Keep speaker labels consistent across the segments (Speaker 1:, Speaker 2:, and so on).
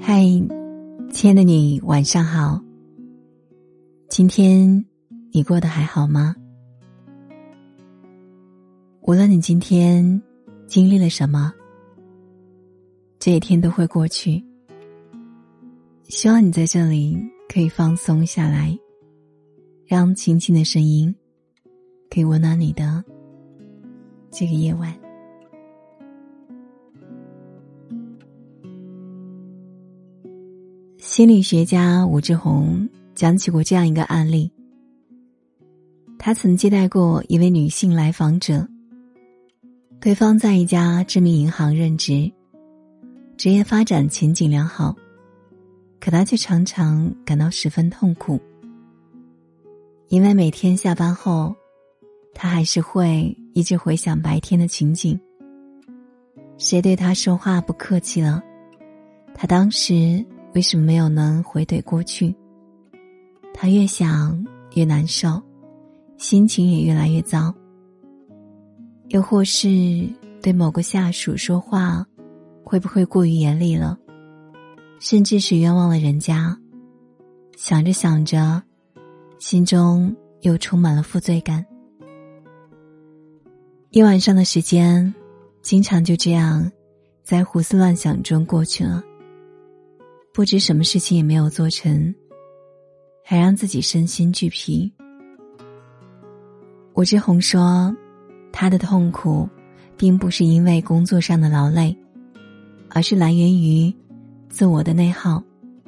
Speaker 1: 嗨，亲爱的你，晚上好。今天你过得还好吗？无论你今天经历了什么，这一天都会过去。希望你在这里可以放松下来，让轻轻的声音可以温暖你的这个夜晚。心理学家武志红讲起过这样一个案例。他曾接待过一位女性来访者，对方在一家知名银行任职，职业发展前景良好，可他却常常感到十分痛苦。因为每天下班后，他还是会一直回想白天的情景。谁对他说话不客气了，他当时为什么没有能回怼过去？他越想越难受，心情也越来越糟。又或是对某个下属说话会不会过于严厉了，甚至是冤枉了人家。想着想着，心中又充满了负罪感。一晚上的时间经常就这样在胡思乱想中过去了，不知什么事情也没有做成，还让自己身心俱疲。武志红说，他的痛苦并不是因为工作上的劳累，而是来源于自我的内耗。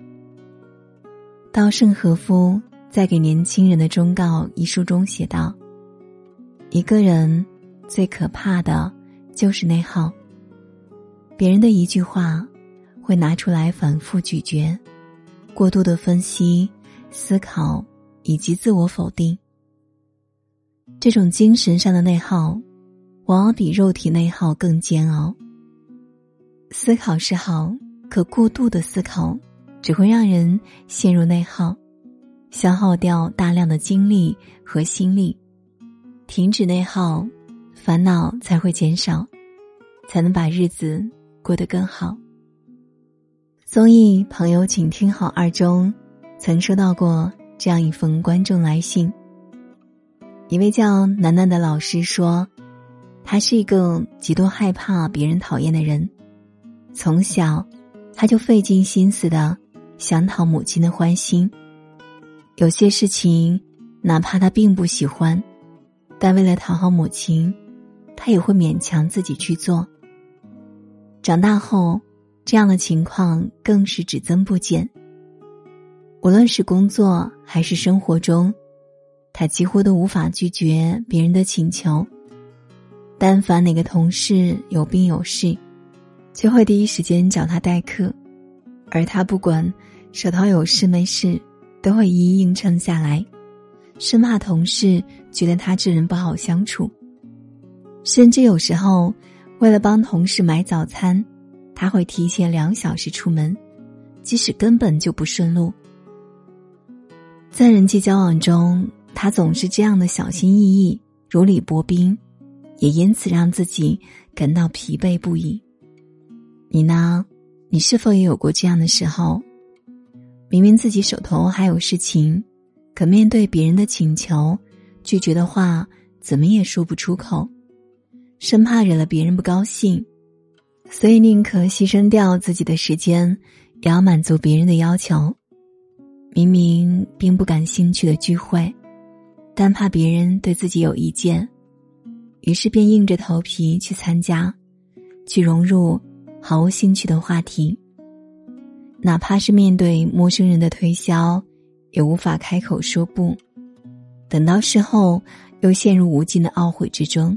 Speaker 1: 稻盛和夫在给年轻人的忠告一书中写道，一个人最可怕的就是内耗。别人的一句话会拿出来反复咀嚼，过度的分析、思考以及自我否定。这种精神上的内耗往往比肉体内耗更煎熬。思考是好，可过度的思考只会让人陷入内耗，消耗掉大量的精力和心力。停止内耗，烦恼才会减少，才能把日子过得更好。综艺《朋友请听好2》中曾收到过这样一封观众来信。一位叫楠楠的老师说，他是一个极度害怕别人讨厌的人，从小他就费尽心思的想讨母亲的欢心。有些事情哪怕他并不喜欢，但为了讨好母亲，他也会勉强自己去做。长大后，这样的情况更是只增不减。无论是工作还是生活中，他几乎都无法拒绝别人的请求。但凡哪个同事有病有事，就会第一时间找他代课，而他不管手头有事没事，都会一一应承下来，生怕同事觉得他这人不好相处。甚至有时候为了帮同事买早餐，他会提前2小时出门，即使根本就不顺路。在人际交往中，他总是这样的小心翼翼，如履薄冰，也因此让自己感到疲惫不已。你呢？你是否也有过这样的时候？明明自己手头还有事情，可面对别人的请求，拒绝的话怎么也说不出口，生怕惹了别人不高兴，所以宁可牺牲掉自己的时间，也要满足别人的要求。明明并不感兴趣的聚会，但怕别人对自己有意见，于是便硬着头皮去参加，去融入毫无兴趣的话题。哪怕是面对陌生人的推销，也无法开口说不，等到事后又陷入无尽的懊悔之中。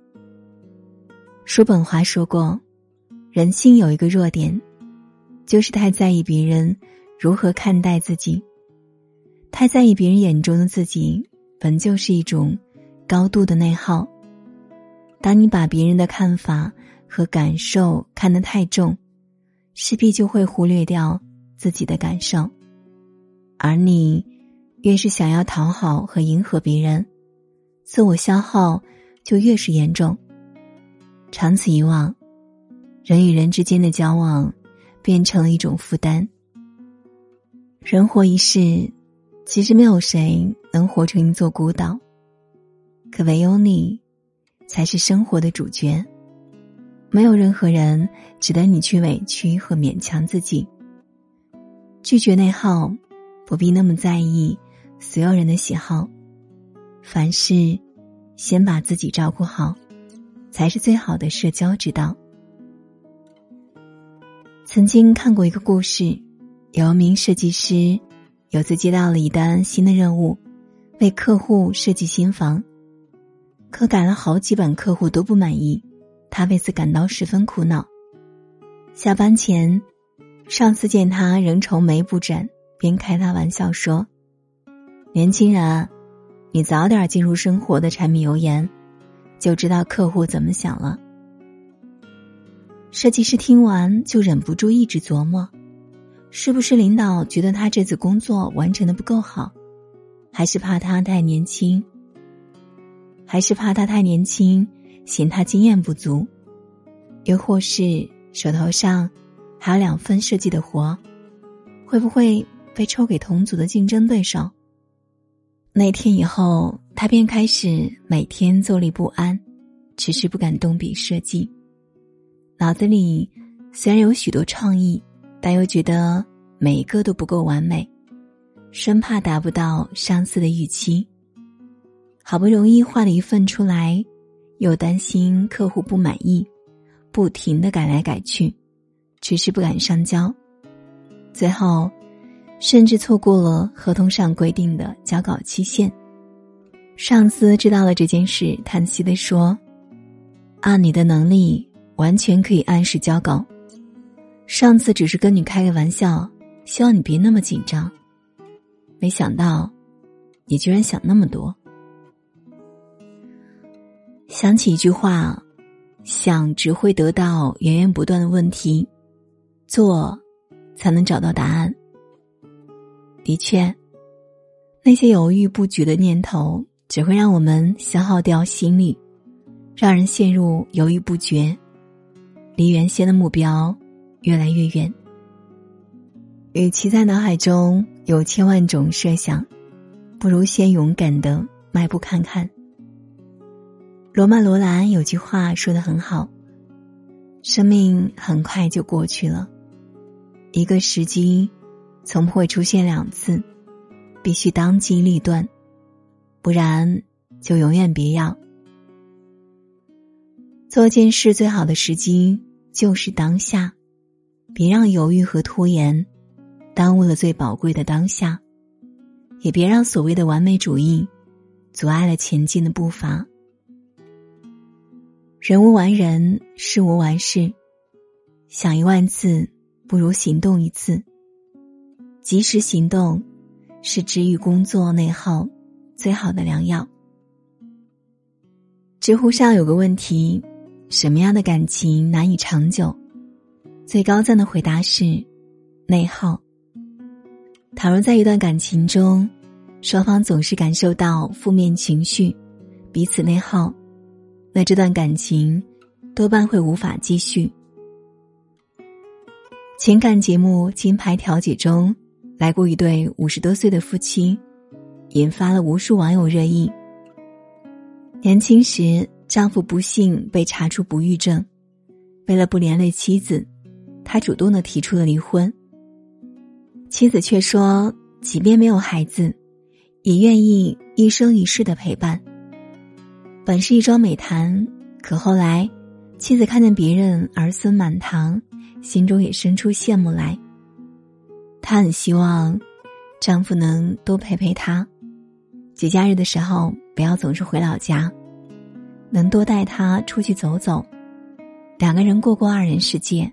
Speaker 1: 叔本华说过，人性有一个弱点，就是太在意别人如何看待自己。太在意别人眼中的自己，本就是一种高度的内耗。当你把别人的看法和感受看得太重，势必就会忽略掉自己的感受。而你越是想要讨好和迎合别人，自我消耗就越是严重。长此以往，人与人之间的交往变成了一种负担。人活一世，其实没有谁能活成一座孤岛，可唯有你才是生活的主角。没有任何人值得你去委屈和勉强自己。拒绝内耗，不必那么在意所有人的喜好，凡事先把自己照顾好，才是最好的社交之道。曾经看过一个故事，有一名设计师有次接到了一单新的任务，为客户设计新房，可改了好几版，客户都不满意，他为此感到十分苦恼。下班前，上司见他仍愁眉不展，便开他玩笑说：年轻人，你早点进入生活的柴米油盐，就知道客户怎么想了。设计师听完就忍不住一直琢磨，是不是领导觉得他这次工作完成的不够好，还是怕他太年轻，嫌他经验不足，又或是手头上还有2份设计的活，会不会被抽给同组的竞争对手？那天以后，他便开始每天坐立不安，迟迟不敢动笔设计。脑子里虽然有许多创意，但又觉得每一个都不够完美，生怕达不到上司的预期。好不容易画了一份出来，又担心客户不满意，不停地改来改去，迟迟不敢上交。最后甚至错过了合同上规定的交稿期限。上司知道了这件事，叹息地说：按你的能力完全可以按时交稿，上次只是跟你开个玩笑，希望你别那么紧张，没想到你居然想那么多。想起一句话，想只会得到源源不断的问题，做才能找到答案。的确，那些犹豫不决的念头只会让我们消耗掉心力，让人陷入犹豫不决，离原先的目标越来越远。与其在脑海中有千万种设想，不如先勇敢地迈步看看。罗曼·罗兰有句话说得很好，生命很快就过去了，一个时机从不会出现2次，必须当机立断，不然就永远别要。做件事最好的时机就是当下，别让犹豫和拖延耽误了最宝贵的当下，也别让所谓的完美主义阻碍了前进的步伐。人无完人，事无完事，想1万次不如行动1次，及时行动是治愈工作内耗最好的良药。知乎上有个问题，什么样的感情难以长久？最高赞的回答是内耗。倘若在一段感情中，双方总是感受到负面情绪，彼此内耗，那这段感情多半会无法继续。情感节目《金牌调解》中来过一对50多岁的夫妻，引发了无数网友热议。年轻时，丈夫不幸被查出不育症，为了不连累妻子，他主动地提出了离婚。妻子却说，即便没有孩子，也愿意一生一世的陪伴。本是一桩美谈，可后来妻子看见别人儿孙满堂，心中也生出羡慕来。她很希望丈夫能多陪陪她，节假日的时候不要总是回老家，能多带她出去走走，2个人过过2人世界。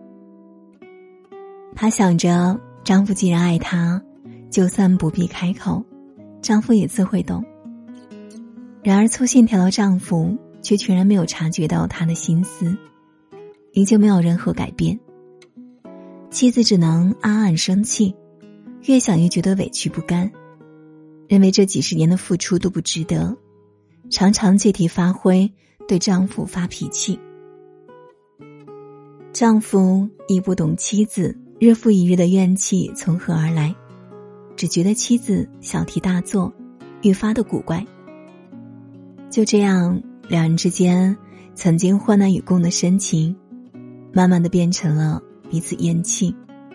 Speaker 1: 她想着，丈夫既然爱她，就算不必开口，丈夫也自会懂。然而粗线条的丈夫却全然没有察觉到她的心思，依旧没有任何改变。妻子只能暗暗生气，越想越觉得委屈不甘，认为这几十年的付出都不值得，常常借题发挥，对丈夫发脾气。 丈夫亦不懂妻子日复一日的怨气从何而来，只觉得妻子小题大做，愈发的古怪。就这样，两人之间曾经患难与共的深情，慢慢的变成了彼此厌弃。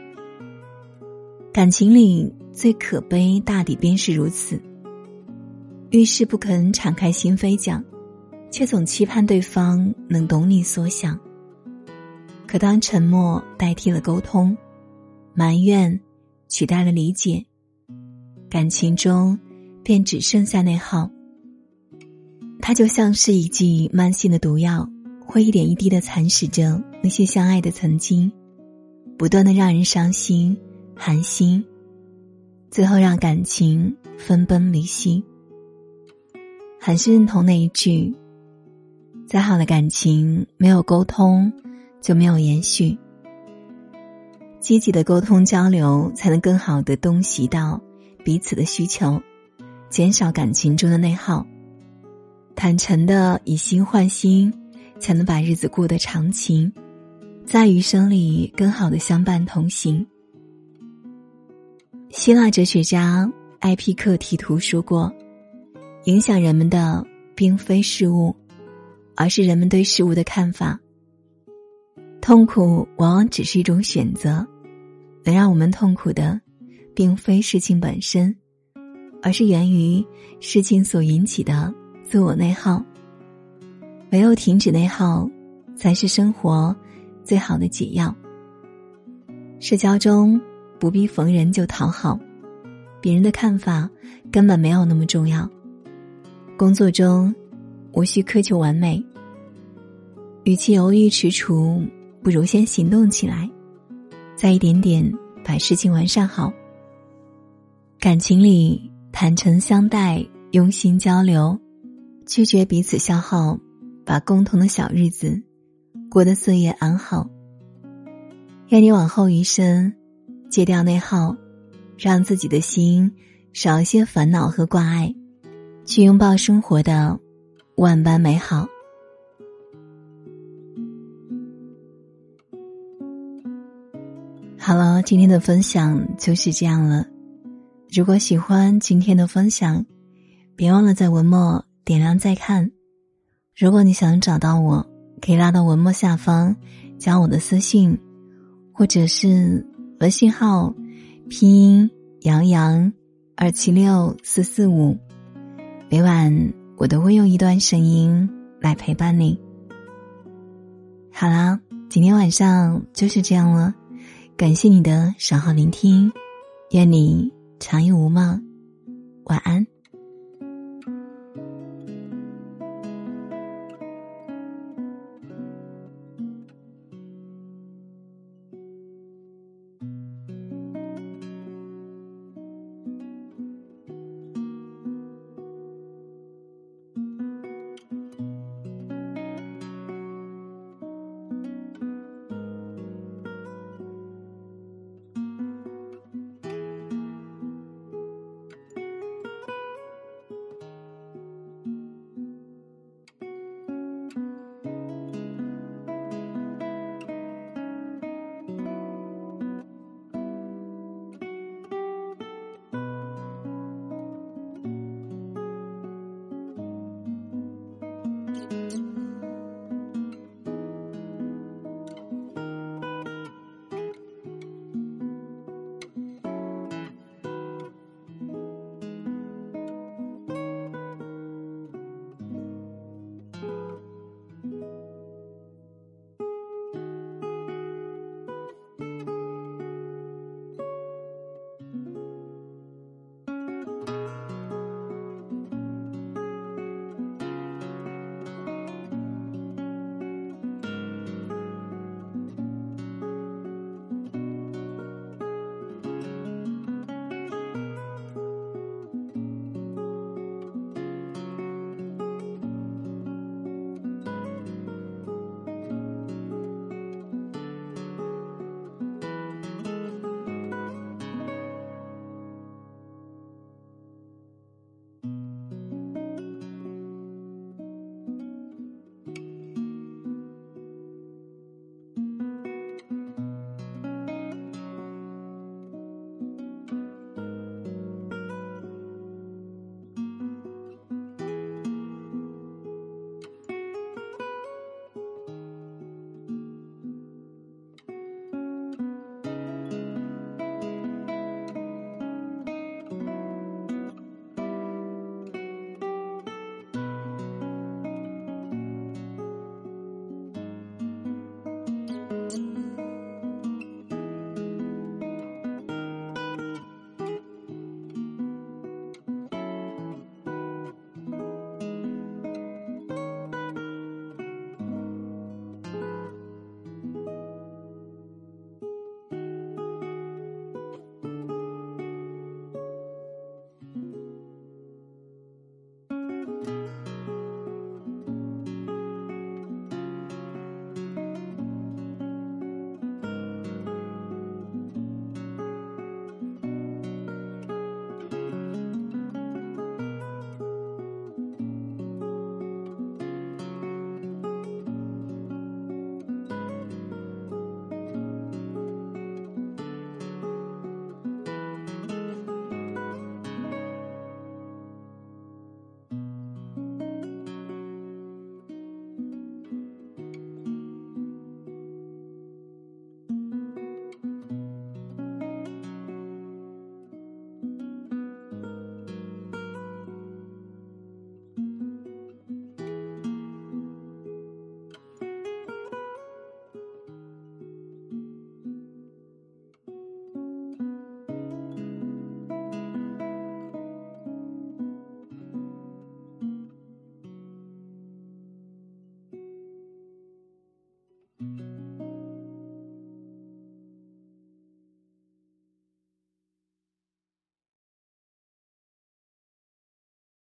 Speaker 1: 感情里最可悲大抵便是如此，遇事不肯敞开心扉讲，却总期盼对方能懂你所想。可当沉默代替了沟通，埋怨取代了理解，感情中便只剩下内耗。它就像是一剂慢性的毒药，会一点一滴地蚕食着那些相爱的曾经，不断地让人伤心寒心，最后让感情分崩离析。很是认同那一句，再好的感情没有沟通就没有延续。积极的沟通交流才能更好地洞悉到彼此的需求，减少感情中的内耗。坦诚的以心换心，才能把日子过得长情，在余生里更好的相伴同行。希腊哲学家埃皮克提图说过，影响人们的并非事物，而是人们对事物的看法。痛苦往往只是一种选择，能让我们痛苦的并非事情本身，而是源于事情所引起的自我内耗。唯有停止内耗，才是生活最好的解药。社交中不必逢人就讨好，别人的看法根本没有那么重要。工作中无需苛求完美，与其犹豫踟蹰，不如先行动起来，再一点点把事情完善好。感情里坦诚相待，用心交流，拒绝彼此消耗，把共同的小日子过得岁月安好。愿你往后余生戒掉内耗，让自己的心少一些烦恼和挂碍，去拥抱生活的万般美好。好了，今天的分享就是这样了。如果喜欢今天的分享，别忘了在文末点亮再看。如果你想找到我，可以拉到文末下方加我的私信，或者是微信号拼音洋洋2764445，每晚我都会用一段声音来陪伴你。好啦，今天晚上就是这样了，感谢你的守候聆听，愿你长夜无梦，晚安。